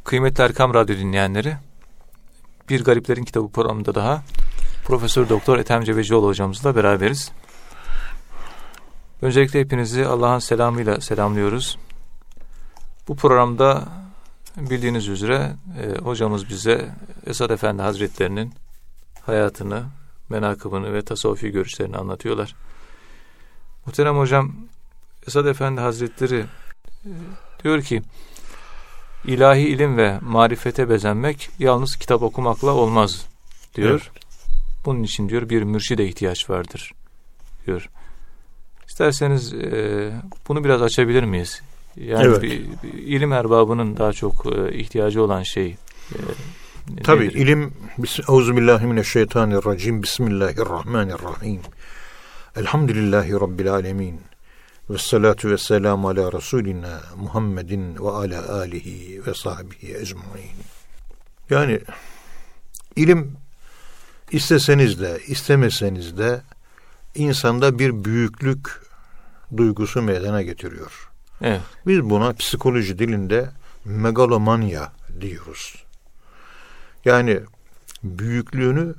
Kıymetli Erkam Radyo dinleyenleri, Bir Gariplerin Kitabı programında daha Profesör Doktor Ethem Cebecioğlu hocamızla beraberiz. Öncelikle hepinizi Allah'ın selamıyla selamlıyoruz. Bu programda bildiğiniz üzere hocamız bize Esad Efendi Hazretlerinin hayatını, menakıbını ve tasavvufi görüşlerini anlatıyorlar. Muhterem hocam, Esad Efendi Hazretleri diyor ki, İlahi ilim ve marifete bezenmek yalnız kitap okumakla olmaz diyor. Evet. Bunun için diyor bir mürşide ihtiyaç vardır diyor. İsterseniz bunu biraz açabilir miyiz? Yani evet. bir ilim erbabının daha çok ihtiyacı olan şey. Tabii nedir? İlim. Euzubillahimineşşeytanirracim. Bismillahirrahmanirrahim. Elhamdülillahi Rabbil alemin. Vessalatu vesselamu ala Resulina Muhammedin ve ala alihi ve sahbihi ecmaîn. Yani ilim isteseniz de istemeseniz de insanda bir büyüklük duygusu meydana getiriyor. Evet. Biz buna psikoloji dilinde megalomanya diyoruz. Yani büyüklüğünü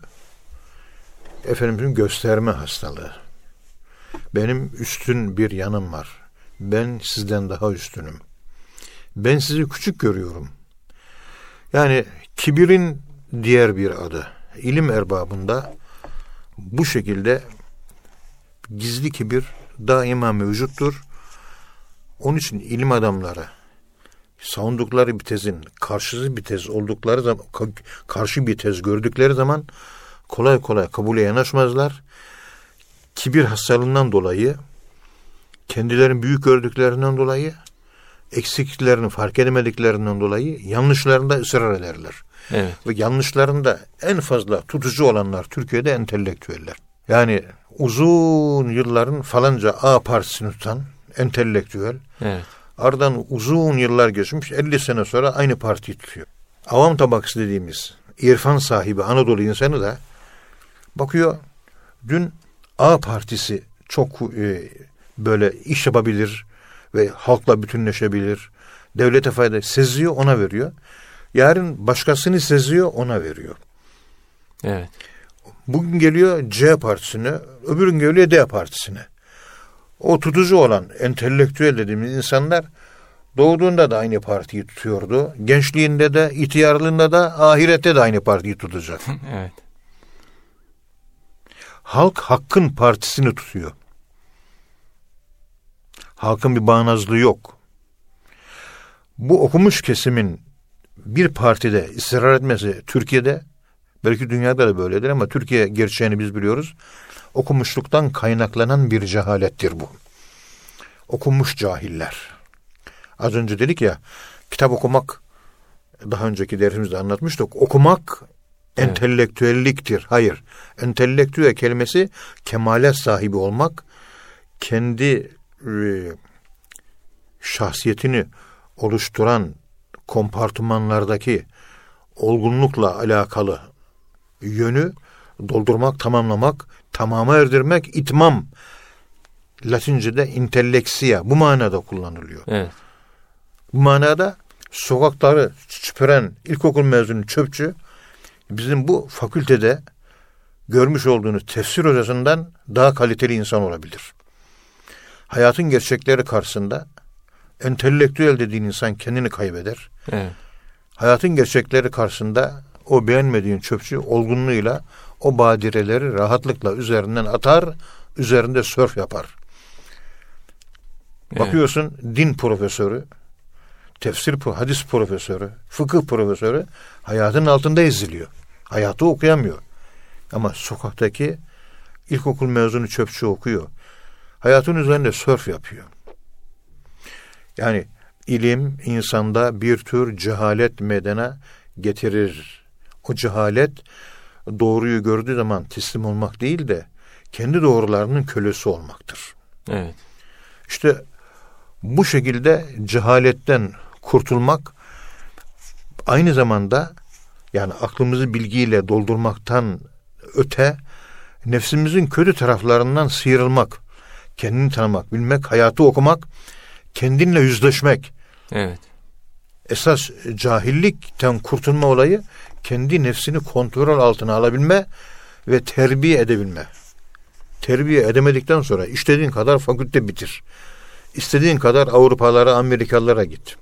gösterme hastalığı. Benim üstün bir yanım var. Ben sizden daha üstünüm. Ben sizi küçük görüyorum. Yani kibirin diğer bir adı. İlim erbabında bu şekilde gizli kibir daima mevcuttur. Onun için ilim adamları savundukları bir tezin karşısı bir tez oldukları zaman, karşı bir tez gördükleri zaman kolay kolay kabule yanaşmazlar. Kibir hastalığından dolayı, kendilerini büyük gördüklerinden dolayı, eksikliklerini fark edemediklerinden dolayı yanlışlarında ısrar ederler. Evet. Ve yanlışlarında en fazla tutucu olanlar Türkiye'de entelektüeller. Yani uzun yılların falanca A partisini tutan entelektüel, evet. Ardından uzun yıllar geçmiş, 50 sene sonra aynı partiyi tutuyor. Avam tabakası dediğimiz irfan sahibi Anadolu insanı da bakıyor, dün A partisi çok böyle iş yapabilir ve halkla bütünleşebilir, devlete fayda seziyor, ona veriyor. Yarın başkasını seziyor, ona veriyor. Evet. Bugün geliyor C partisine, öbür gün geliyor D partisine. O tutucu olan entelektüel dediğimiz insanlar doğduğunda da aynı partiyi tutuyordu. Gençliğinde de, ihtiyarlığında da, ahirette de aynı partiyi tutacak. Evet. Halk hakkın partisini tutuyor. Halkın bir bağnazlığı yok. Bu okumuş kesimin bir partide ısrar etmesi Türkiye'de, belki dünyada da böyledir ama Türkiye gerçeğini biz biliyoruz. Okumuşluktan kaynaklanan bir cehalettir bu. Okumuş cahiller. Az önce dedik ya, kitap okumak, daha önceki dersimizde anlatmıştık. Okumak entelektüelliktir. Hayır. Entelektüel kelimesi kemale sahibi olmak, kendi şahsiyetini oluşturan kompartımanlardaki olgunlukla alakalı yönü doldurmak, tamamlamak, tamama erdirmek, itmam. Latince'de intelleksiya bu manada kullanılıyor. Evet. Bu manada sokakları süpüren ilkokul mezunu çöpçü bizim bu fakültede görmüş olduğunuz tefsir hocasından daha kaliteli insan olabilir. Hayatın gerçekleri karşısında entelektüel dediğin insan kendini kaybeder. Evet. Hayatın gerçekleri karşısında o beğenmediğin çöpçü olgunluğuyla o badireleri rahatlıkla üzerinden atar, üzerinde sörf yapar. Evet. Bakıyorsun din profesörü, tefsir, hadis profesörü, fıkıh profesörü hayatın altında eziliyor. Hayatı okuyamıyor. Ama sokaktaki ilkokul mezunu çöpçü okuyor. Hayatın üzerinde sörf yapıyor. Yani ilim insanda bir tür cehalet meydana getirir. O cehalet doğruyu gördüğü zaman teslim olmak değil de kendi doğrularının kölesi olmaktır. Evet. İşte bu şekilde cehaletten kurtulmak aynı zamanda yani aklımızı bilgiyle doldurmaktan öte nefsimizin kötü taraflarından sıyrılmak, kendini tanımak, bilmek, hayatı okumak, kendinle yüzleşmek. Evet. esas cahillikten kurtulma olayı kendi nefsini kontrol altına alabilme ve terbiye edebilme. Terbiye edemedikten sonra istediğin kadar fakülte bitir. İstediğin kadar Avrupalara, Amerikalılara git.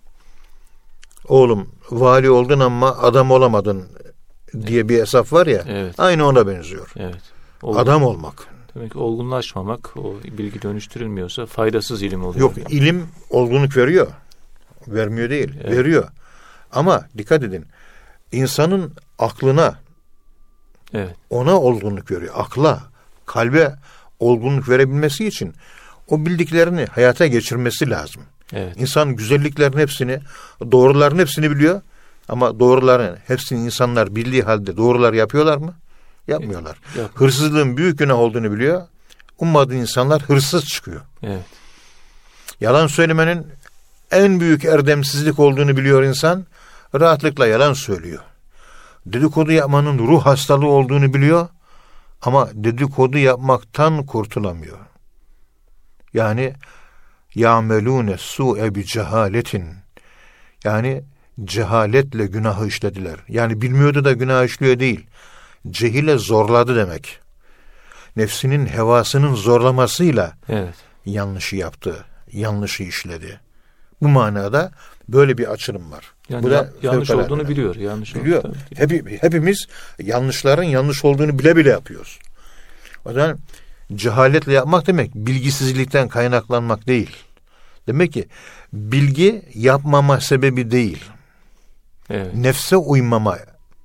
Oğlum vali oldun ama adam olamadın diye bir hesap var ya. Evet. Aynı ona benziyor. Evet. Adam olmak. Demek ki olgunlaşmamak, o bilgi dönüştürülmüyorsa faydasız ilim oluyor. Yok, ilim olgunluk veriyor. Vermiyor değil, evet. veriyor. Ama dikkat edin. İnsanın aklına, evet, ona olgunluk veriyor. Akla, kalbe olgunluk verebilmesi için o bildiklerini hayata geçirmesi lazım. evet. İnsan güzelliklerin hepsini, doğruların hepsini biliyor. Ama doğruların hepsini insanlar bildiği halde doğrular yapıyorlar mı? Yapmıyorlar. Hırsızlığın büyük günah olduğunu biliyor. Ummadığı insanlar hırsız çıkıyor. Evet. Yalan söylemenin en büyük erdemsizlik olduğunu biliyor insan. Rahatlıkla yalan söylüyor. Dedikodu yapmanın ruh hastalığı olduğunu biliyor. Ama dedikodu yapmaktan kurtulamıyor. Yani ya'melûne su'e bi cehaletin. Yani cehaletle günahı işlediler. Yani bilmiyordu da günah işliyor değil. Cehile zorladı demek. Nefsinin hevasının zorlamasıyla evet, yanlışı yaptı. Yanlışı işledi. Bu manada böyle bir açılım var. Yani bu da yanlış olduğunu biliyor. Yanlış biliyor. Olduğunu, Hepimiz yanlışların yanlış olduğunu bile bile yapıyoruz. O zaman cehaletle yapmak demek bilgisizlikten kaynaklanmak değil. Demek ki bilgi yapmama sebebi değil. evet. Nefse uymama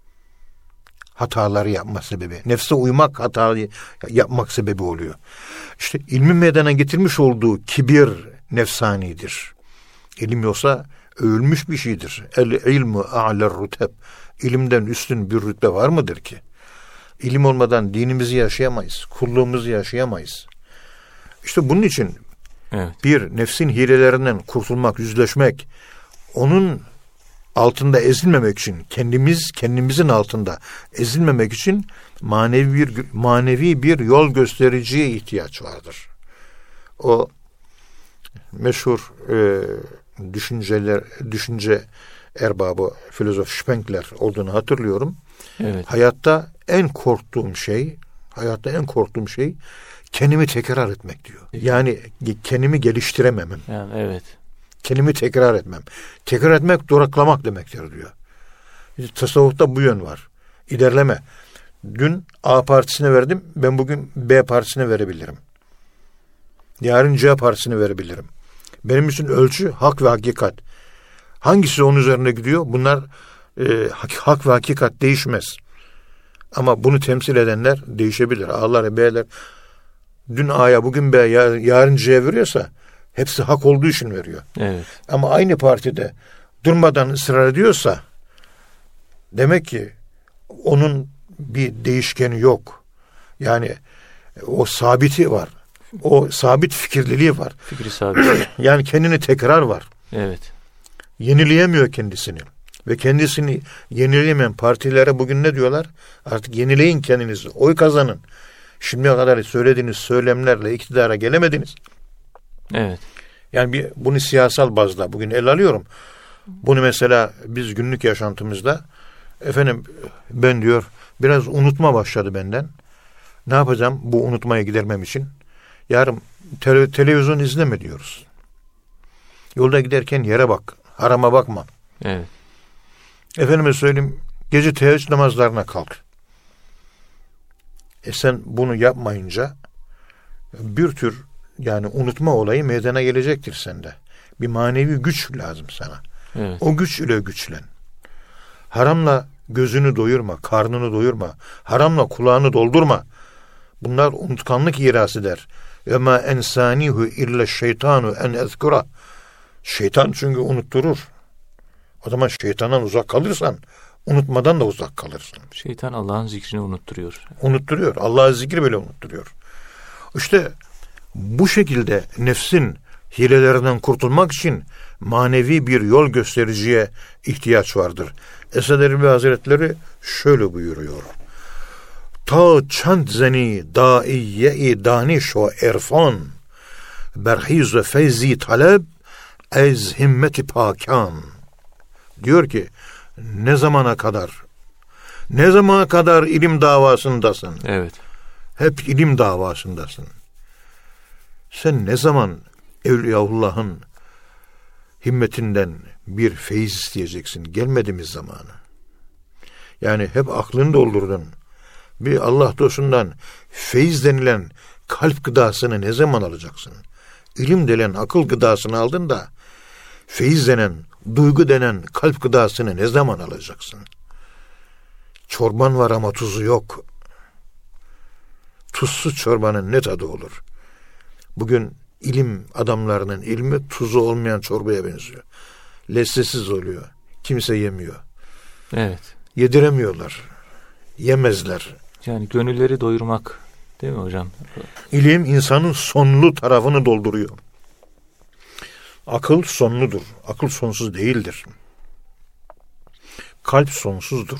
hataları yapma sebebi. Nefse uymak hatayı yapmak sebebi oluyor. İşte ilmin meydana getirmiş olduğu kibir nefsanidir. İlim yoksa övülmüş bir şeydir. El ilmu a'ler ruteb. İlimden üstün bir rütbe var mıdır ki? İlim olmadan dinimizi yaşayamayız. Kulluğumuzu yaşayamayız. İşte bunun için evet, bir nefsin hilelerinden kurtulmak, yüzleşmek, onun altında ezilmemek için, kendimizin altında ezilmemek için manevi bir yol göstericiye ihtiyaç vardır. O meşhur düşünce erbabı filozof Spengler olduğunu hatırlıyorum. evet. Hayatta en korktuğum şey kendimi tekrar etmek diyor. Yani kendimi geliştirememem. Yani evet. Kendimi tekrar etmem. Tekrar etmek duraklamak demektir diyor. Tasavvufta bu yön var. İlerleme. Dün A partisine verdim. Ben bugün B partisine verebilirim. Yarın C partisine verebilirim. Benim için ölçü hak ve hakikat. Hangisi onun üzerine gidiyor? Bunlar hak ve hakikat değişmez. Ama bunu temsil edenler değişebilir. A'lar, B'ler. Dün A'ya, bugün B'ye, yarın C'ye veriyorsa hepsi hak olduğu için veriyor. Evet. Ama aynı partide durmadan ısrar ediyorsa demek ki onun bir değişkeni yok. Yani o sabiti var. O sabit fikirliliği var. Fikri sabit. Yani kendini tekrar var. Evet. Yenileyemiyor kendisini. Ve kendisini yenileyemeyen partilere bugün ne diyorlar? Artık yenileyin kendinizi. Oy kazanın. Şimdiye kadar söylediğiniz söylemlerle iktidara gelemediniz. Evet. Yani bunu siyasal bazda bugün ele alıyorum. Bunu mesela biz günlük yaşantımızda ben diyor biraz unutma başladı benden. Ne yapacağım bu unutmaya gidermem için? Yarın televizyon izleme diyoruz. Yolda giderken yere bak. Harama bakma. Evet. Efendime söyleyeyim gece teheccüd namazlarına kalk. Sen bunu yapmayınca bir tür yani unutma olayı meydana gelecektir sende. Bir manevi güç lazım sana. Evet. O güç ile güçlen. Haramla gözünü doyurma, karnını doyurma. Haramla kulağını doldurma. Bunlar unutkanlık irası der. Ve ma ensanihu illa şeytanu en ezkura. Şeytan çünkü unutturur. O zaman şeytandan uzak kalırsan unutmadan da uzak kalırsın. Şeytan Allah'ın zikrini unutturuyor. Unutturuyor. Allah'ın zikri bile unutturuyor. İşte bu şekilde nefsin hilelerinden kurtulmak için manevi bir yol göstericiye ihtiyaç vardır. Esad Erbil Hazretleri şöyle buyuruyor. Ta çand zeni daiyye-i daniş ve erfan berhiz ve feyzi talep ez himmeti pakan. Diyor ki ne zamana kadar ilim davasındasın? Evet. Hep ilim davasındasın. Sen ne zaman Evliyaullah'ın himmetinden bir feyiz isteyeceksin? Gelmedi mi zamanı? Yani hep aklını doldurdun. Bir Allah dostundan feyiz denilen kalp gıdasını ne zaman alacaksın? İlim denen akıl gıdasını aldın da feyiz denen, duygu denen kalp gıdasını ne zaman alacaksın? Çorban var ama tuzu yok. Tuzsuz çorbanın ne tadı olur? Bugün ilim adamlarının ilmi tuzu olmayan çorbaya benziyor. Lezzetsiz oluyor. Kimse yemiyor. Evet. Yediremiyorlar. Yemezler. Yani gönülleri doyurmak, değil mi hocam? İlim insanın sonlu tarafını dolduruyor. Akıl sonludur. Akıl sonsuz değildir. Kalp sonsuzdur.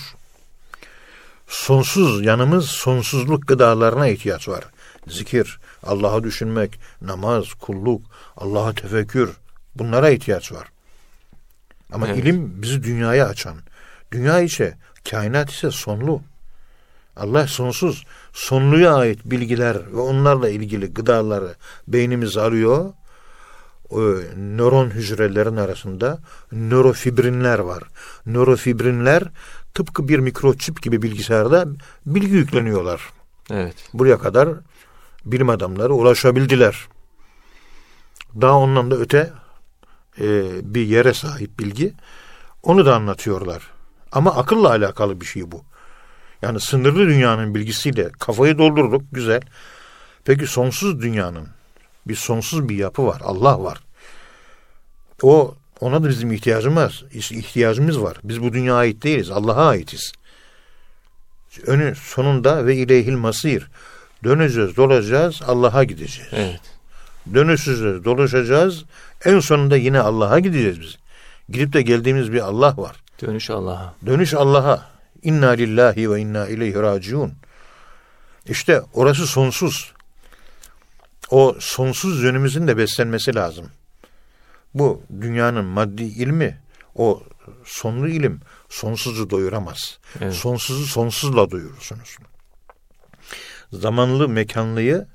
Sonsuz yanımız sonsuzluk gıdalarına ihtiyaç var. Zikir, Allah'ı düşünmek, namaz, kulluk, Allah'a tefekkür, bunlara ihtiyaç var. Ama evet. ilim bizi dünyaya açan. Dünya ise, kainat ise sonlu. Allah sonsuz. Sonluya ait bilgiler ve onlarla ilgili gıdaları beynimiz arıyor. O nöron hücrelerin arasında nörofibrinler var. Nörofibrinler tıpkı bir mikroçip gibi bilgisayarda bilgi yükleniyorlar. Evet. Buraya kadar bilim adamları ulaşabildiler. Daha ondan da öte bir yere sahip bilgi. Onu da anlatıyorlar. Ama akılla alakalı bir şey bu. Yani sınırlı dünyanın bilgisiyle kafayı doldurduk, güzel. Peki sonsuz dünyanın sonsuz bir yapı var. Allah var. Ona da bizim ihtiyacımız var. Biz bu dünyaya ait değiliz. Allah'a aitiz. Önü sonunda ve ileyhil masir. Döneceğiz, dolaşacağız, Allah'a gideceğiz. Evet. Dönüşeceğiz, dolaşacağız. En sonunda yine Allah'a gideceğiz biz. Gidip de geldiğimiz bir Allah var. Dönüş Allah'a. Dönüş Allah'a. İnna lillahi ve inna ileyhi raciun. İşte orası sonsuz. O sonsuz yönümüzün de beslenmesi lazım. Bu dünyanın maddi ilmi, o sonlu ilim sonsuzu doyuramaz. Evet. Sonsuzu sonsuzla doyurursunuz. Zamanlı mekanlıyı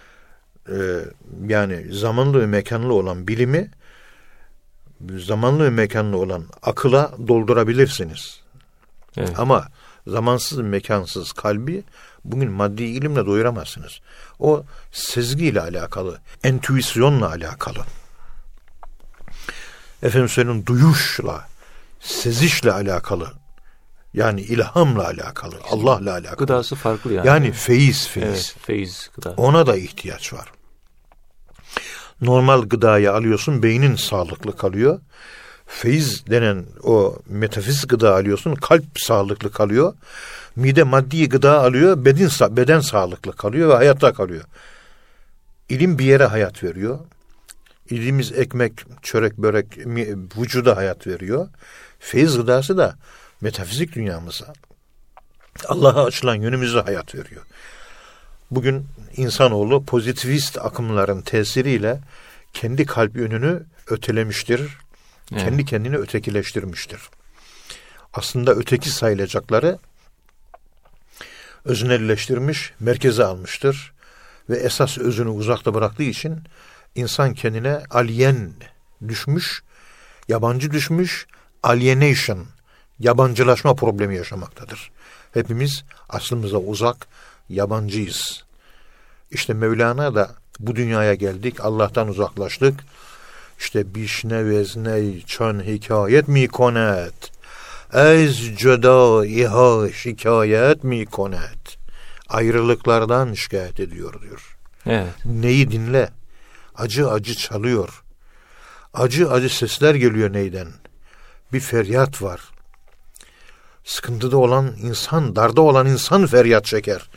yani zamanlı ve mekanlı olan bilimi zamanlı ve mekanlı olan akıla doldurabilirsiniz. Evet. Ama zamansız, mekansız kalbi bugün maddi ilimle doyuramazsınız. O sezgiyle alakalı, entüisyonla alakalı. Efendim söyleyeyim, duyuşla, sezişle alakalı. Yani ilhamla alakalı, Allah'la alakalı. Gıdası farklı yani. Yani feyiz. Evet, feyiz gıda. Ona da ihtiyaç var. Normal gıdayı alıyorsun, beynin sağlıklı kalıyor. Feyiz denen o metafizik gıda alıyorsun, kalp sağlıklı kalıyor. Mide maddi gıda alıyor, beden sağlıklı kalıyor ve hayatta kalıyor. İlim bir yere hayat veriyor. İlimiz ekmek, çörek, börek vücuda hayat veriyor. Feyiz gıdası da metafizik dünyamıza, Allah'a açılan yönümüze hayat veriyor. Bugün insanoğlu pozitivist akımların tesiriyle kendi kalp yönünü ötelemiştir. Evet. Kendi kendini ötekileştirmiştir. Aslında öteki sayılacakları öznelleştirmiş, merkeze almıştır. Ve esas özünü uzakta bıraktığı için insan kendine alien düşmüş, yabancı düşmüş, alienation, yabancılaşma problemi yaşamaktadır. Hepimiz aslımıza uzak, yabancıyız. İşte Mevlana da bu dünyaya geldik, Allah'tan uzaklaştık. İşte bişne vezne çön hikayet mi konet, ez ceda iha şikayet mi konet. Ayrılıklardan şikayet ediyor diyor. Evet. Neyi dinle? Acı acı çalıyor. Acı acı sesler geliyor neyden? Bir feryat var. Sıkıntıda olan insan, darda olan insan feryat çeker.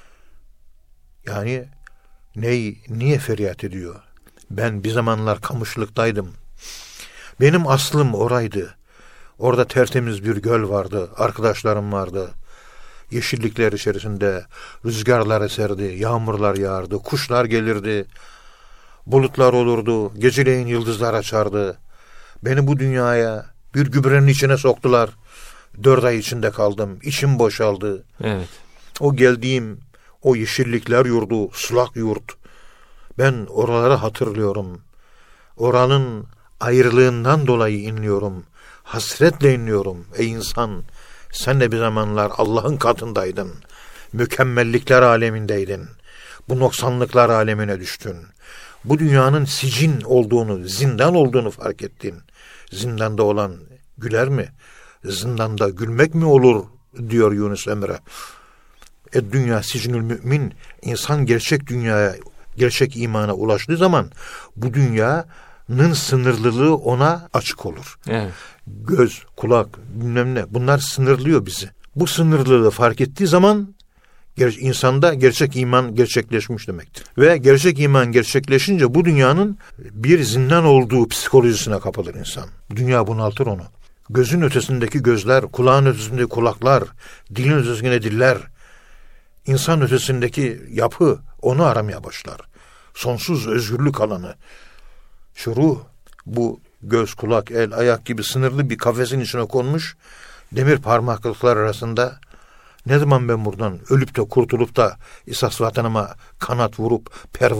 Yani niye feryat ediyor? Ben bir zamanlar Kamışlık'taydım. Benim aslım oraydı. Orada tertemiz bir göl vardı. Arkadaşlarım vardı. Yeşillikler içerisinde rüzgarlar eserdi. Yağmurlar yağardı. Kuşlar gelirdi. Bulutlar olurdu. Geceleyin yıldızlar açardı. Beni bu dünyaya Bir gübrenin içine soktular. 4 ay içinde kaldım. İçim boşaldı. Evet. O geldiğim o yeşillikler yurdu, sulak yurt. Ben oraları hatırlıyorum. Oranın ayrılığından dolayı inliyorum. Hasretle inliyorum. Ey insan, sen de bir zamanlar Allah'ın katındaydın. Mükemmellikler alemindeydin. Bu noksanlıklar alemine düştün. Bu dünyanın sicin olduğunu, zindan olduğunu fark ettin. Zindanda olan güler mi? Zindanda gülmek mi olur diyor Yunus Emre. Dünya sicnül mümin, insan gerçek dünyaya, gerçek imana ulaştığı zaman bu dünyanın sınırlılığı ona açık olur. Evet. Göz, kulak, bilmem ne, bunlar sınırlıyor bizi. Bu sınırlılığı fark ettiği zaman insanda gerçek iman gerçekleşmiş demektir. Ve gerçek iman gerçekleşince bu dünyanın bir zindan olduğu psikolojisine kapılır insan. Dünya bunaltır onu. Gözün ötesindeki gözler, kulağın ötesindeki kulaklar, dilin ötesindeki diller, insan ötesindeki yapı onu aramaya başlar. Sonsuz özgürlük alanı. Şu ruh, bu göz, kulak, el, ayak gibi sınırlı bir kafesin içine konmuş demir parmaklıklar arasında ne zaman ben buradan ölüp de kurtulup da esas vatanıma kanat vurup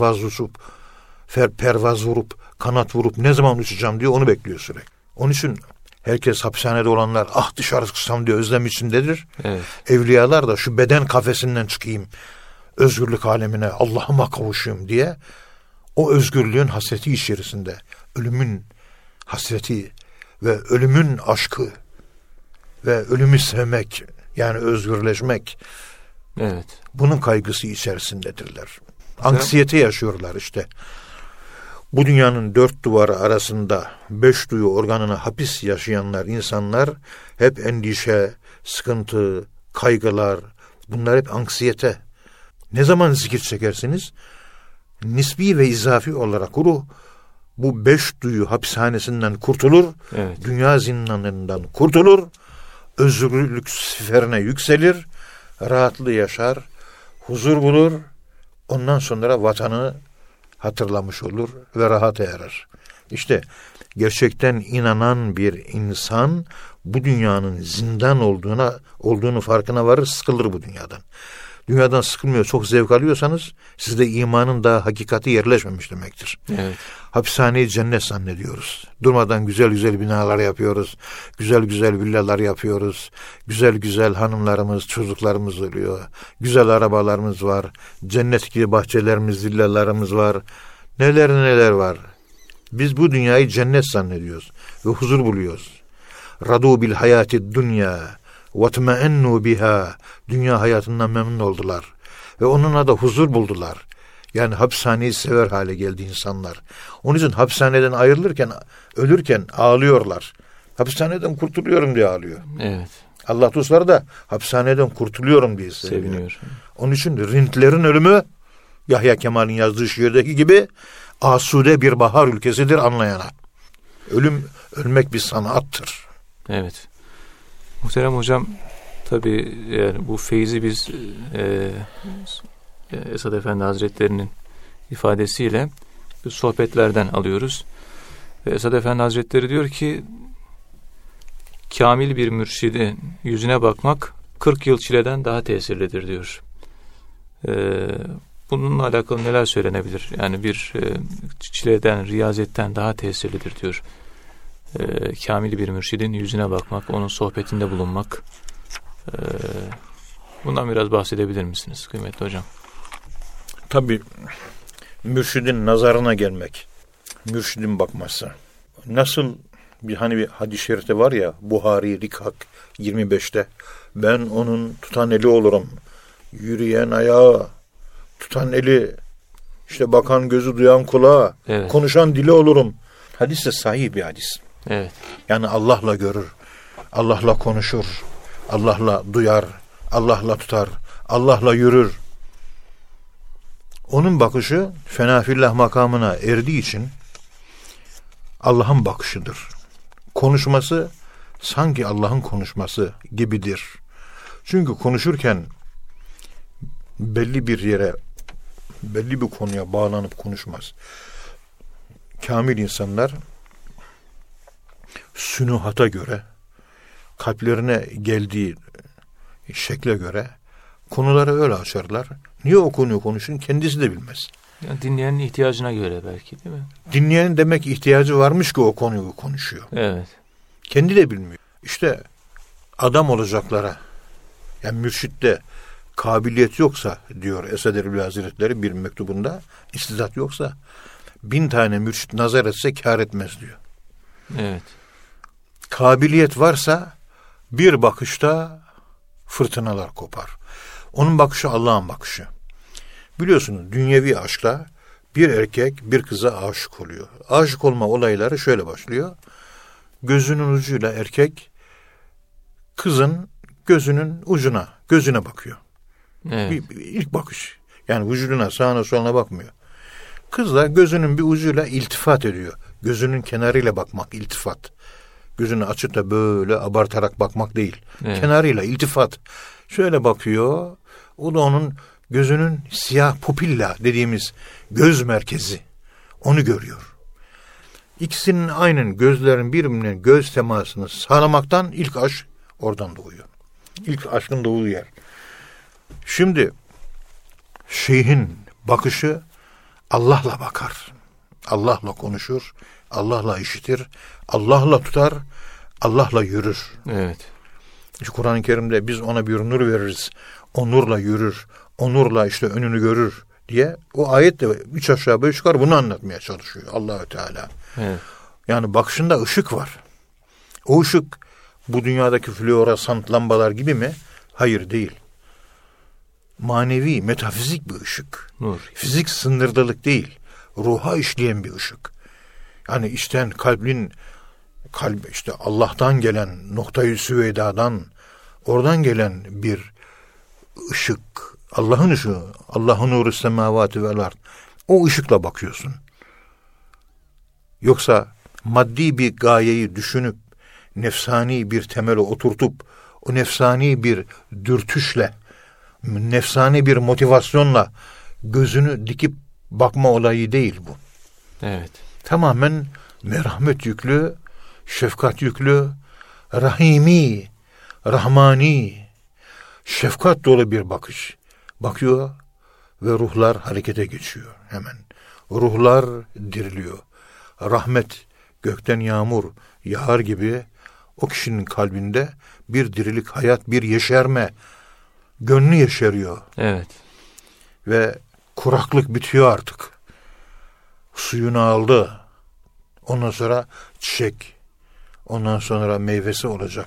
pervaz vurup kanat vurup ne zaman uçacağım diye onu bekliyor sürekli. Onun için herkes hapishanede olanlar dışarı çıksam diye özlem içindedir. Evet. Evliyalar da şu beden kafesinden çıkayım, özgürlük alemine, Allah'ıma kavuşayım diye o özgürlüğün hasreti içerisinde, ölümün hasreti ve ölümün aşkı ve ölümü sevmek, yani özgürleşmek, evet, bunun kaygısı içerisindedirler. Anksiyete yaşıyorlar işte. Bu dünyanın 4 duvarı arasında 5 duyu organına hapis yaşayanlar, insanlar hep endişe, sıkıntı, kaygılar, bunlar hep anksiyete. Ne zaman zikir çekersiniz? Nisbi ve izafi olarak ruh bu 5 duyu hapishanesinden kurtulur, evet, dünya zindanlarından kurtulur, özgürlük siferine yükselir, rahatlı yaşar, huzur bulur, ondan sonra vatanı hatırlamış olur ve rahata erer. İşte gerçekten inanan bir insan bu dünyanın zindan olduğunu farkına varır, sıkılır bu dünyadan. Dünyadan sıkılmıyor, çok zevk alıyorsanız sizde imanın daha hakikati yerleşmemiş demektir. Evet. Hapishaneyi cennet zannediyoruz. Durmadan güzel güzel binalar yapıyoruz. Güzel güzel villalar yapıyoruz. Güzel güzel hanımlarımız, çocuklarımız oluyor. Güzel arabalarımız var. Cennet gibi bahçelerimiz, villalarımız var. Neler neler var. Biz bu dünyayı cennet zannediyoruz ve huzur buluyoruz. Radu bil hayati dünya ve tmeennu biha. Dünya hayatından memnun oldular ve onunla da huzur buldular. Yani hapishaneyi sever hale geldi insanlar. Onun için hapishaneden ayrılırken, ölürken ağlıyorlar. Hapishaneden kurtuluyorum diye ağlıyor. Evet. Allah dostları da hapishaneden kurtuluyorum diye seviniyor. Onun için Rintlerin ölümü Yahya Kemal'in yazdığı şiirdeki gibi asude bir bahar ülkesidir anlayana. Ölmek bir sanattır. Evet. Muhterem hocam, tabii yani bu feyzi biz Esad Efendi Hazretleri'nin ifadesiyle sohbetlerden alıyoruz. Ve Esad Efendi Hazretleri diyor ki, kamil bir mürşidin yüzüne bakmak 40 yıl çileden daha tesirlidir diyor. Bununla alakalı neler söylenebilir? Yani bir çileden, riyazetten daha tesirlidir diyor. Kamil bir mürşidin yüzüne bakmak, onun sohbetinde bulunmak. Bundan biraz bahsedebilir misiniz kıymetli hocam? Tabii mürşidin nazarına gelmek, mürşidin bakması. Nasıl bir hadis-i şerifte var ya, Buhari Rikak 25'te, ben onun tutan eli olurum, yürüyen ayağı, tutan eli, işte bakan gözü, duyan kulağı, evet, konuşan dili olurum. Hadis de sahih bir hadis. Evet. Yani Allah'la görür, Allah'la konuşur, Allah'la duyar, Allah'la tutar, Allah'la yürür. Onun bakışı fenafillah makamına erdiği için Allah'ın bakışıdır. Konuşması sanki Allah'ın konuşması gibidir. Çünkü konuşurken belli bir yere, belli bir konuya bağlanıp konuşmaz. Kamil insanlar sünûhata göre, kalplerine geldiği şekle göre konuları öyle açarlar. Niye o konuyu konuşun kendisi de bilmez. Yani dinleyenin ihtiyacına göre belki, değil mi? Dinleyenin demek ihtiyacı varmış ki o konuyu konuşuyor. Evet. Kendi de bilmiyor. İşte adam olacaklara, yani mürşitte kabiliyet yoksa diyor Esad Erbil Hazretleri bir mektubunda, istidat yoksa 1000 tane mürşit nazar etse kâr etmez diyor. Evet. Kabiliyet varsa bir bakışta fırtınalar kopar. Onun bakışı Allah'ın bakışı. Biliyorsunuz dünyevi aşkla bir erkek bir kıza aşık oluyor. Aşık olma olayları şöyle başlıyor. Gözünün ucuyla erkek kızın gözüne bakıyor. Evet. İlk bakış. Yani vücuduna, sağına soluna bakmıyor. Kız da gözünün bir ucuyla iltifat ediyor. Gözünün kenarıyla bakmak, iltifat. Gözünü açıp da böyle abartarak bakmak değil. Evet. Kenarıyla iltifat. Şöyle bakıyor. O da onun gözünün siyah pupilla dediğimiz göz merkezi. Onu görüyor. İkisinin aynen gözlerin birbirinin göz temasını sağlamaktan ilk aşk oradan doğuyor. İlk aşkın doğduğu yer. Şimdi şeyhin bakışı Allah'la bakar. Allah'la konuşur. Allah'la işitir. Allah'la tutar. Allah'la yürür. Evet. İşte Kur'an-ı Kerim'de biz ona bir nur veririz. O nurla yürür. O nurla işte önünü görür diye o ayet de 3 aşağı 5 yukarı bunu anlatmaya çalışıyor Allah-u Teala. Evet. Yani bakışında ışık var. O ışık bu dünyadaki floresan lambalar gibi mi? Hayır, değil. Manevi, metafizik bir ışık. Nur. Fizik sınırlılık değil. Ruha işleyen bir ışık. Yani içten kalp işte Allah'tan gelen noktayı süveydadan oradan gelen bir ışık. Allah'ın ışığı. Allah'ın nuru semavati vel ard. O ışıkla bakıyorsun. Yoksa maddi bir gayeyi düşünüp nefsani bir temele oturtup o nefsani bir dürtüşle nefsani bir motivasyonla gözünü dikip bakma olayı değil bu. Evet. Tamamen merhamet yüklü, şefkat yüklü, rahimi, rahmani, şefkat dolu bir bakış. Bakıyor ve ruhlar harekete geçiyor hemen. Ruhlar diriliyor. Rahmet, gökten yağmur yağar gibi o kişinin kalbinde bir dirilik, hayat, bir yeşerme, gönlü yeşeriyor. Evet. Ve kuraklık bitiyor artık. Suyunu aldı. Ondan sonra çiçek. Ondan sonra meyvesi olacak.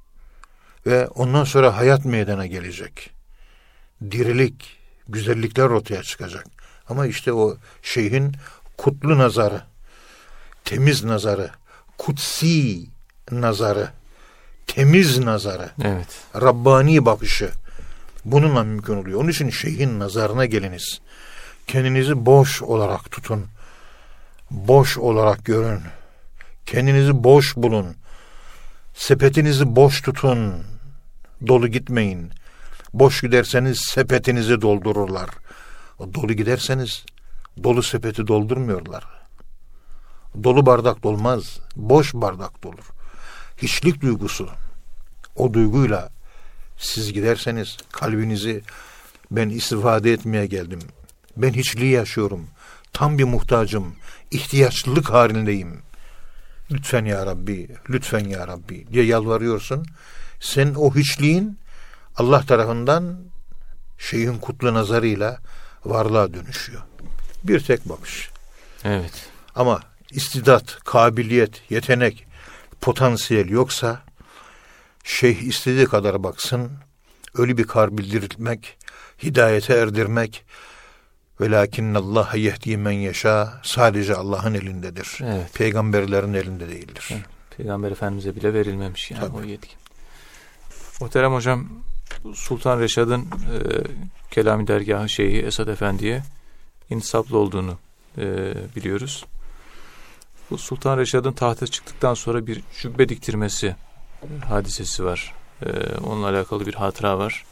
Ve ondan sonra hayat meydana gelecek. Dirilik, güzellikler ortaya çıkacak. Ama işte o şeyhin kutlu nazarı, temiz nazarı, kutsi nazarı, temiz nazarı, evet, Rabbani bakışı bununla mümkün oluyor. Onun için şeyhin nazarına geliniz. Kendinizi boş olarak tutun. Boş olarak görün. Kendinizi boş bulun. Sepetinizi boş tutun. Dolu gitmeyin. Boş giderseniz sepetinizi doldururlar. Dolu giderseniz dolu sepeti doldurmuyorlar. Dolu bardak dolmaz. Boş bardak dolur. Hiçlik duygusu. O duyguyla siz giderseniz kalbinizi ben istifade etmeye geldim. Ben hiçliği yaşıyorum. Tam bir muhtacım. İhtiyaçlılık halindeyim. Lütfen ya Rabbi, lütfen ya Rabbi diye yalvarıyorsun. Sen o hiçliğin Allah tarafından şeyhin kutlu nazarıyla varlığa dönüşüyor. Bir tek bakış. Evet. Ama istidat, kabiliyet, yetenek, potansiyel yoksa şeyh istediği kadar baksın, öyle bir kar bildirmek, hidayete erdirmek, velakinnallâhe yehdi men yeşâ, sadece Allah'ın elindedir. Evet. Peygamberlerin elinde değildir. Evet. Peygamber Efendimiz'e bile verilmemiş yani. Tabii. O yetki. Muhterem hocam, Sultan Reşad'ın Kelami Dergahı Şeyhi Esad Efendi'ye insaplı olduğunu biliyoruz. Bu Sultan Reşad'ın tahta çıktıktan sonra bir cübbe diktirmesi hadisesi var. Onunla alakalı bir hatıra var.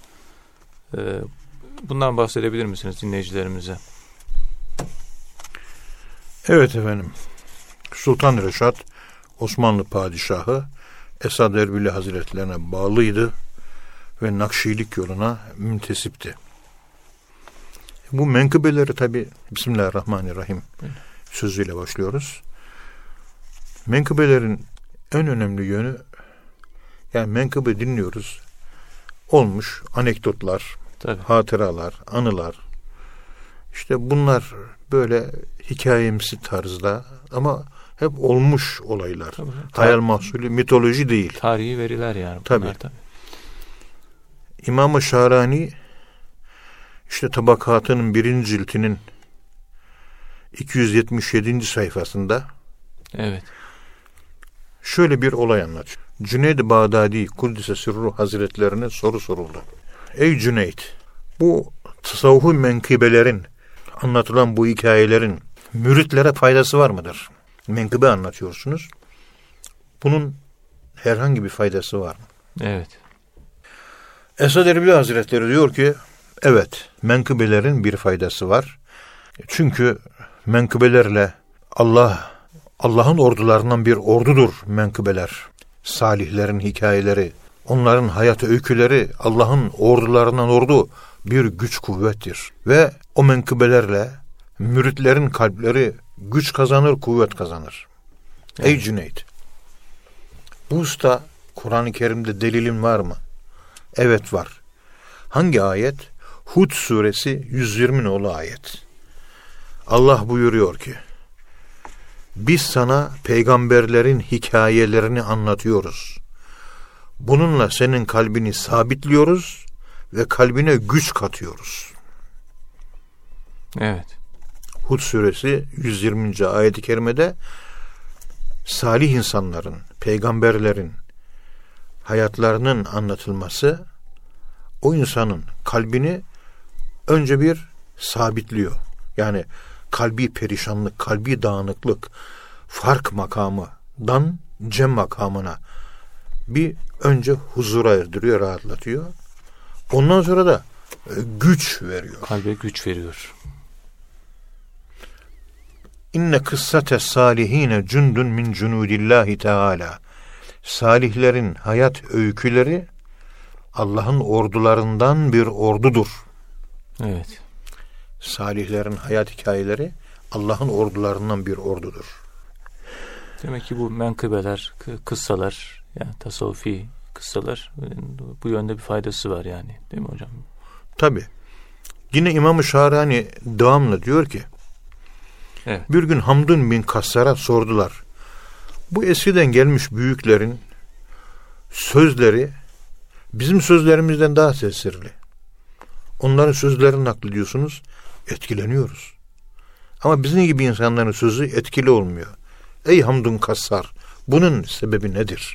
Bundan bahsedebilir misiniz dinleyicilerimize? Evet efendim. Sultan Reşad Osmanlı padişahı Esad Erbili Hazretlerine bağlıydı ve Nakşilik yoluna müntesipti. Bu menkıbeleri tabi Bismillahirrahmanirrahim sözüyle başlıyoruz. Menkıbelerin en önemli yönü, yani menkıbe dinliyoruz. Olmuş anekdotlar, tabii, hatıralar, anılar. İşte bunlar böyle hikayemsi tarzda ama hep olmuş olaylar. Tabii. Hayal mahsulü, mitoloji değil. Tarihi veriler yani. Tabii. İmam-ı Şarani işte Tabakatının 1. ciltinin 277. sayfasında evet, şöyle bir olay anlatıyor. Cüneyd-i Bağdadi Kuddise Sirruh Hazretlerine soru soruldu. Ey Cüneyd, bu tasavvufi menkıbelerin, anlatılan bu hikayelerin müritlere faydası var mıdır? Menkıbe anlatıyorsunuz. Bunun herhangi bir faydası var mı? Evet. Esad Erbil Hazretleri diyor ki, evet, menkıbelerin bir faydası var. Çünkü menkıbelerle Allah'ın ordularından bir ordudur menkıbeler. Salihlerin hikayeleri, onların hayat öyküleri, Allah'ın ordularından ordu bir güç kuvvettir. Ve o menkıbelerle müritlerin kalpleri güç kazanır, kuvvet kazanır. Evet. Ey Cüneyd, bu usta Kur'an-ı Kerim'de delilin var mı? Evet var. Hangi ayet? Hud suresi 120 nolu ayet. Allah buyuruyor ki, biz sana peygamberlerin hikayelerini anlatıyoruz. Bununla senin kalbini sabitliyoruz ve kalbine güç katıyoruz. Evet. Hud suresi 120. ayet-i kerimede salih insanların, peygamberlerin hayatlarının anlatılması o insanın kalbini önce bir sabitliyor. Yani kalbi perişanlık, kalbi dağınıklık, fark makamından cem makamına bir önce huzura erdiriyor, rahatlatıyor. Ondan sonra da güç veriyor. Kalbe güç veriyor. İnne kıssate salihine cundun min cunudillahi teala. Salihlerin hayat öyküleri Allah'ın ordularından bir ordudur. Evet. Salihlerin hayat hikayeleri Allah'ın ordularından bir ordudur. Demek ki bu menkıbeler, kıssalar, yani tasavvufi kıssalar bu yönde bir faydası var yani, değil mi hocam? Tabii. Yine İmam-ı Şarani devamlı diyor ki, evet, bir gün Hamdun bin Kassar'a sordular. Bu eskiden gelmiş büyüklerin sözleri bizim sözlerimizden daha tesirli. Onların sözlerini naklediyorsunuz, etkileniyoruz. Ama bizim gibi insanların sözü etkili olmuyor. Ey Hamdun Kassar, bunun sebebi nedir?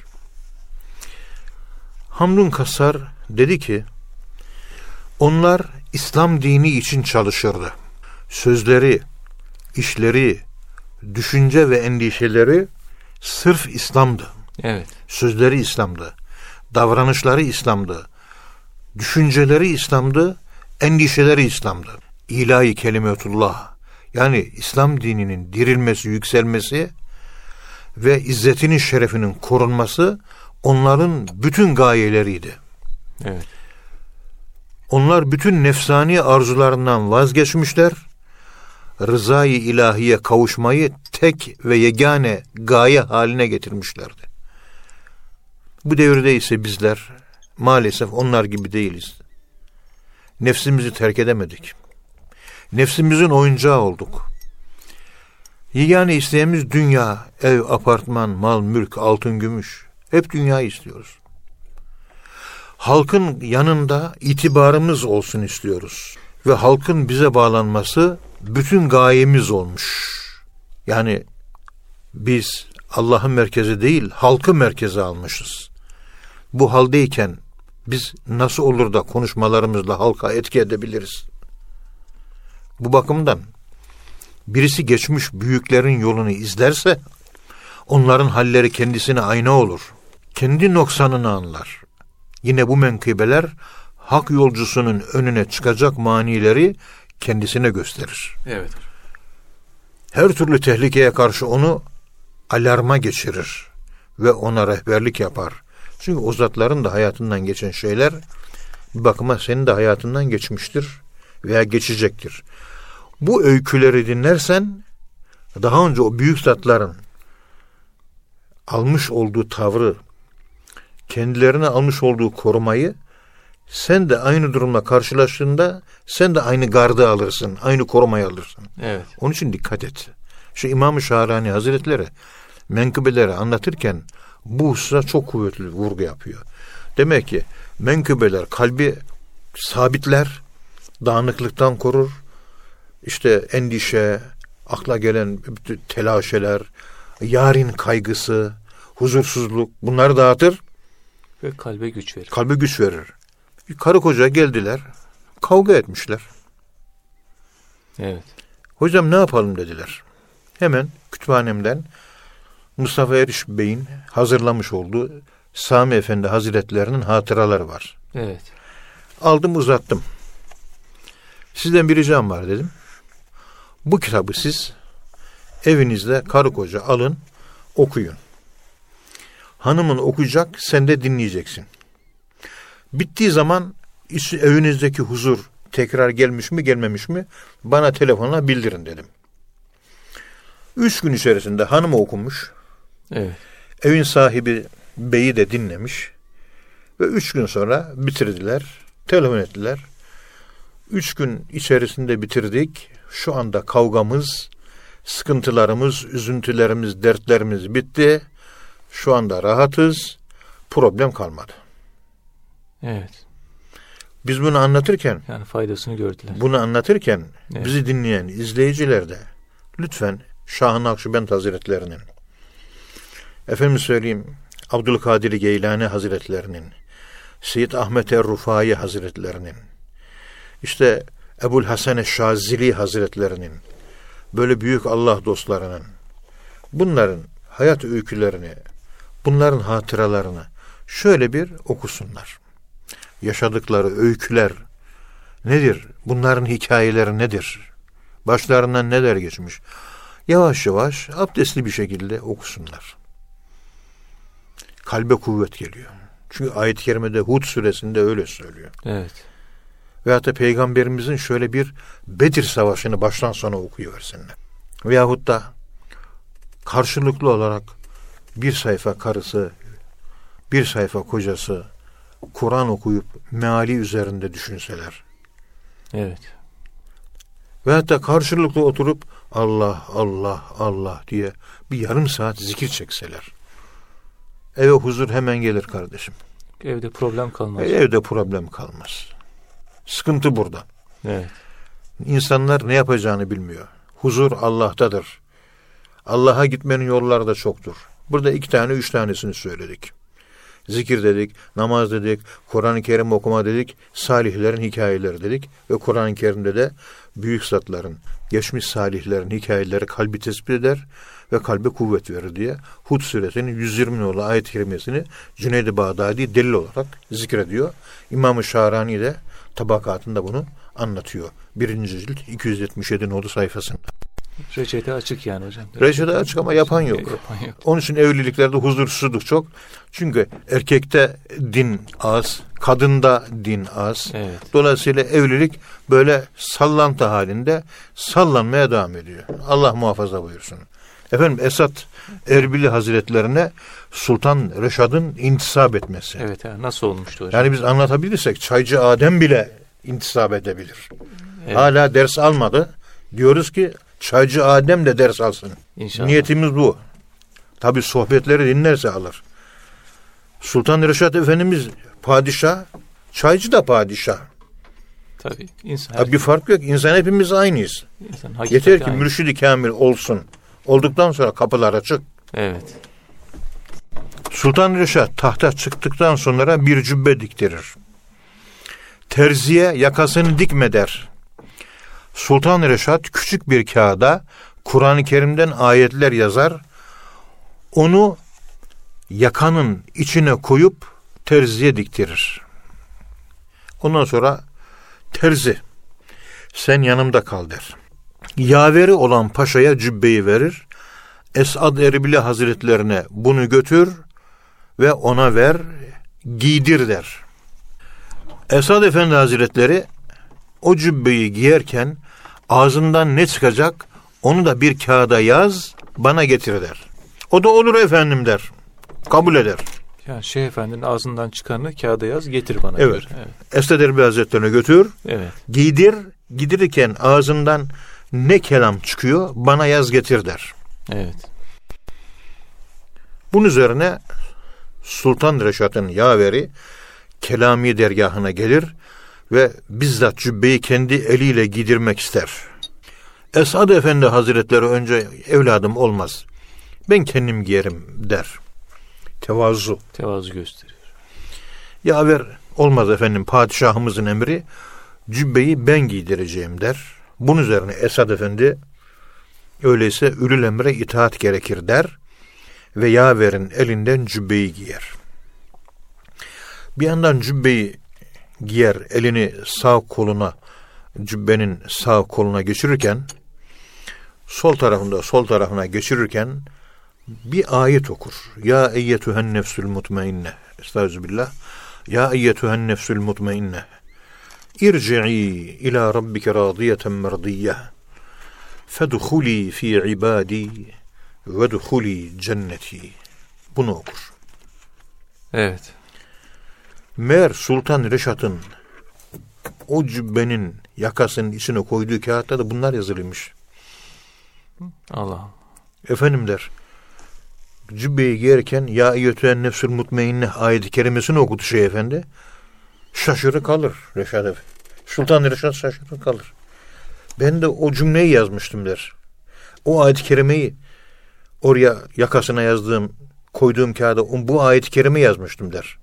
Hamdun Kassar dedi ki, onlar İslam dini için çalışırdı. Sözleri, işleri, düşünce ve endişeleri sırf İslam'dı. Evet. Sözleri İslam'dı. Davranışları İslam'dı. Düşünceleri İslam'dı. Endişeleri İslam'dı. İlahi kelimetullah, yani İslam dininin dirilmesi, yükselmesi ve izzetinin, şerefinin korunması onların bütün gayeleriydi. Evet. Onlar bütün nefsani arzularından vazgeçmişler, rızayı ilahiye kavuşmayı tek ve yegane gaye haline getirmişlerdi. Bu devirde ise bizler maalesef onlar gibi değiliz. Nefsimizi terk edemedik. Nefsimizin oyuncağı olduk. Yegane isteğimiz dünya, ev, apartman, mal, mülk, altın, gümüş. Hep dünyayı istiyoruz. Halkın yanında itibarımız olsun istiyoruz. Ve halkın bize bağlanması bütün gayemiz olmuş. Yani biz Allah'ın merkezi değil, halkı merkeze almışız. Bu haldeyken biz nasıl olur da konuşmalarımızla halka etki edebiliriz? Bu bakımdan birisi geçmiş büyüklerin yolunu izlerse onların halleri kendisine ayna olur. Kendi noksanını anlar. Yine bu menkıbeler hak yolcusunun önüne çıkacak manileri kendisine gösterir. Evet. Her türlü tehlikeye karşı onu alarma geçirir. ve ona rehberlik yapar. Çünkü o zatların da hayatından geçen şeyler bir bakıma senin de hayatından geçmiştir veya geçecektir. Bu öyküleri dinlersen daha önce o büyük zatların almış olduğu tavrı, kendilerine almış olduğu korumayı sen de aynı durumla karşılaştığında sen de aynı gardı alırsın, aynı korumayı alırsın. Evet. Onun için dikkat et. Şu İmam-ı Şahrani Hazretleri menkıbeleri anlatırken bu hususa çok kuvvetli vurgu yapıyor. Demek ki menkıbeler kalbi sabitler, dağınıklıktan korur. İşte endişe, akla gelen telaşeler, yarın kaygısı, huzursuzluk bunları dağıtır. Ve kalbe güç verir. Kalbe güç verir. Bir karı koca geldiler, kavga etmişler. Evet. Hocam ne yapalım dediler. Hemen kütüphanemden Mustafa Eriş Bey'in hazırlamış olduğu Sami Efendi Hazretlerinin hatıraları var. Evet. Aldım uzattım. Sizden bir ricam var dedim. Bu kitabı siz evinizde karı koca alın, okuyun. Hanımın okuyacak, sen de dinleyeceksin. Bittiği zaman evinizdeki huzur tekrar gelmiş mi gelmemiş mi bana telefonla bildirin dedim. 3 gün içerisinde hanım okumuş. Evet. Evin sahibi beyi de dinlemiş. Ve 3 gün sonra bitirdiler. Telefon ettiler. 3 gün içerisinde bitirdik. Şu anda kavgamız, sıkıntılarımız, üzüntülerimiz, dertlerimiz bitti. Şu anda rahatız. Problem kalmadı. Evet. Biz bunu anlatırken, yani faydasını gördüler. Bunu anlatırken evet. Bizi dinleyen izleyiciler de lütfen Şah-ı Nakşibend Hazretlerinin, efendim söyleyeyim Abdülkadir Geylani Hazretlerinin, Seyyid Ahmet Er-Rufai Hazretlerinin, işte Ebul Hasan Eşşazili Hazretlerinin, böyle büyük Allah dostlarının, bunların hayat öykülerini, bunların hatıralarını şöyle bir okusunlar. Yaşadıkları öyküler nedir? Bunların hikayeleri nedir? Başlarından neler geçmiş? Yavaş yavaş abdestli bir şekilde okusunlar. Kalbe kuvvet geliyor. Çünkü ayet-i kerimede Hud suresinde öyle söylüyor. Evet. Veyahut da Peygamberimizin şöyle bir Bedir Savaşı'nı baştan sona okuyuversinler. Veyahut da karşılıklı olarak bir sayfa karısı, bir sayfa kocası Kur'an okuyup meali üzerinde düşünseler. Evet. Veyahut da karşılıklı oturup Allah, Allah, Allah diye bir yarım saat zikir çekseler. Eve huzur hemen gelir kardeşim. Evde problem kalmaz. Evde problem kalmaz. Sıkıntı burada. Evet. İnsanlar ne yapacağını bilmiyor. Huzur Allah'tadır. Allah'a gitmenin yolları da çoktur. Burada 2 tane 3 tanesini söyledik. Zikir dedik, namaz dedik, Kur'an-ı Kerim okuma dedik, salihlerin hikayeleri dedik ve Kur'an-ı Kerim'de de büyük zatların, geçmiş salihlerin hikayeleri kalbi tespit eder ve kalbe kuvvet verir diye Hud suresinin 120 nolu ayet-i kerimesini Cüneyd-i Bağdadi delil olarak zikrediyor. İmam-ı Şahrani de tabakatında bunu anlatıyor. 1. cilt 277 nolu sayfasında. Reçete açık yani hocam. Reçete açık ama yapan yok. Yapan yok. Onun için evliliklerde huzursuzluk çok. Çünkü erkekte din az, kadında din az. Evet. Dolayısıyla evlilik böyle sallantı halinde sallanmaya devam ediyor. Allah muhafaza buyursun. Efendim Esat Erbili Hazretlerine Sultan Reşad'ın intisap etmesi. Evet, nasıl olmuştu hocam? Yani biz anlatabilirsek Çaycı Adem bile intisap edebilir. Evet. Hala ders almadı. Diyoruz ki Çaycı Adem de ders alsın. İnşallah. Niyetimiz bu. Tabi sohbetleri dinlerse alır. Sultan Reşat Efendimiz padişah, Çaycı da padişah. Tabii. İnsan, Bir fark yok. İnsan hepimiz aynıyız. İnsan, yeter ki aynı. mürşid-i kamil olsun. Olduktan sonra kapılar açık. Evet. Sultan Reşat tahta çıktıktan sonra bir cübbe diktirir. Terziye yakasını dikme der. Sultan Reşat küçük bir kağıda Kur'an-ı Kerim'den ayetler yazar. Onu yakanın içine koyup terziye diktirir. Ondan sonra terzi sen yanımda kal der. Yaveri olan paşaya cübbeyi verir. Esad Erbili Hazretlerine bunu götür, ve ona ver, giydir der. Esad Efendi Hazretleri o cübbeyi giyerken ağzından ne çıkacak onu da bir kağıda yaz, bana getir der. O da olur efendim der. Kabul eder. Yani Şeyh Efendi'nin ağzından çıkanı kağıda yaz, getir bana evet. diyor. Evet. Esad Erbil Hazretleri'ne götür. Evet. Giydir. Gidirirken ağzından ne kelam çıkıyor bana yaz getir der. Evet. Bunun üzerine Sultan Reşat'ın yaveri Kelami dergahına gelir ve bizzat cübbeyi kendi eliyle giydirmek ister. Esad Efendi Hazretleri önce evladım olmaz, ben kendim giyerim der. Tevazu gösteriyor. Yaver olmaz efendim, padişahımızın emri, cübbeyi ben giydireceğim der. Bunun üzerine Esad Efendi öyleyse ülül emre itaat gerekir der ve yaverin elinden cübbeyi giyer. Bir yandan cübbeyi giyer, elini sağ koluna, cübbenin sağ koluna geçirirken, sol tarafına geçirirken bir ayet okur. Ya eyyetühen nefsül mutmainne. Estağfirullah. Ya eyyetühen nefsül mutmainne. İrci'i ila rabbike radiyeten merdiyye. Fedhuli fi ibadi ve dhuli cenneti. Bunu okur. Evet. Meğer Sultan Reşat'ın o cübbenin yakasının içine koyduğu kağıtta da bunlar yazılıymış. Allah. Efendim der, cübbeyi giyerken ya eyyetühen nefsül mutmainne ayet-i kerimesini okudu Şeyh Efendi. Şaşırır kalır Reşat Efendi. Sultan Reşat şaşırır kalır. Ben de o cümleyi yazmıştım der. O ayet-i kerimeyi oraya yakasına koyduğum kağıda bu ayet-i kerime yazmıştım der.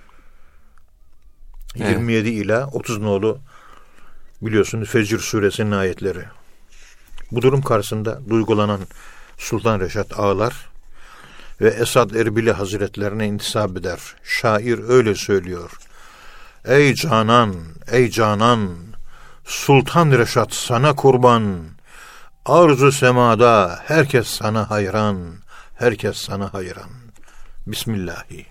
Evet. 27 ila 30 nolu biliyorsunuz Fecr suresinin ayetleri. Bu durum karşısında duygulanan Sultan Reşat ağlar ve Esad Erbili Hazretlerine intisap eder. Şair öyle söylüyor. Ey canan, Sultan Reşat sana kurban. Arzu semada herkes sana hayran. Bismillahi.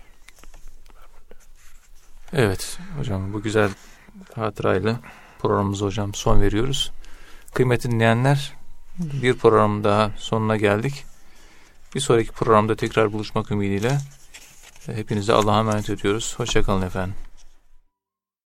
Evet hocam, bu güzel hatırayla programımıza hocam son veriyoruz. Kıymetli dinleyenler, bir program daha sonuna geldik. Bir sonraki programda tekrar buluşmak ümidiyle hepinize Allah'a emanet ediyoruz. Hoşça kalın efendim.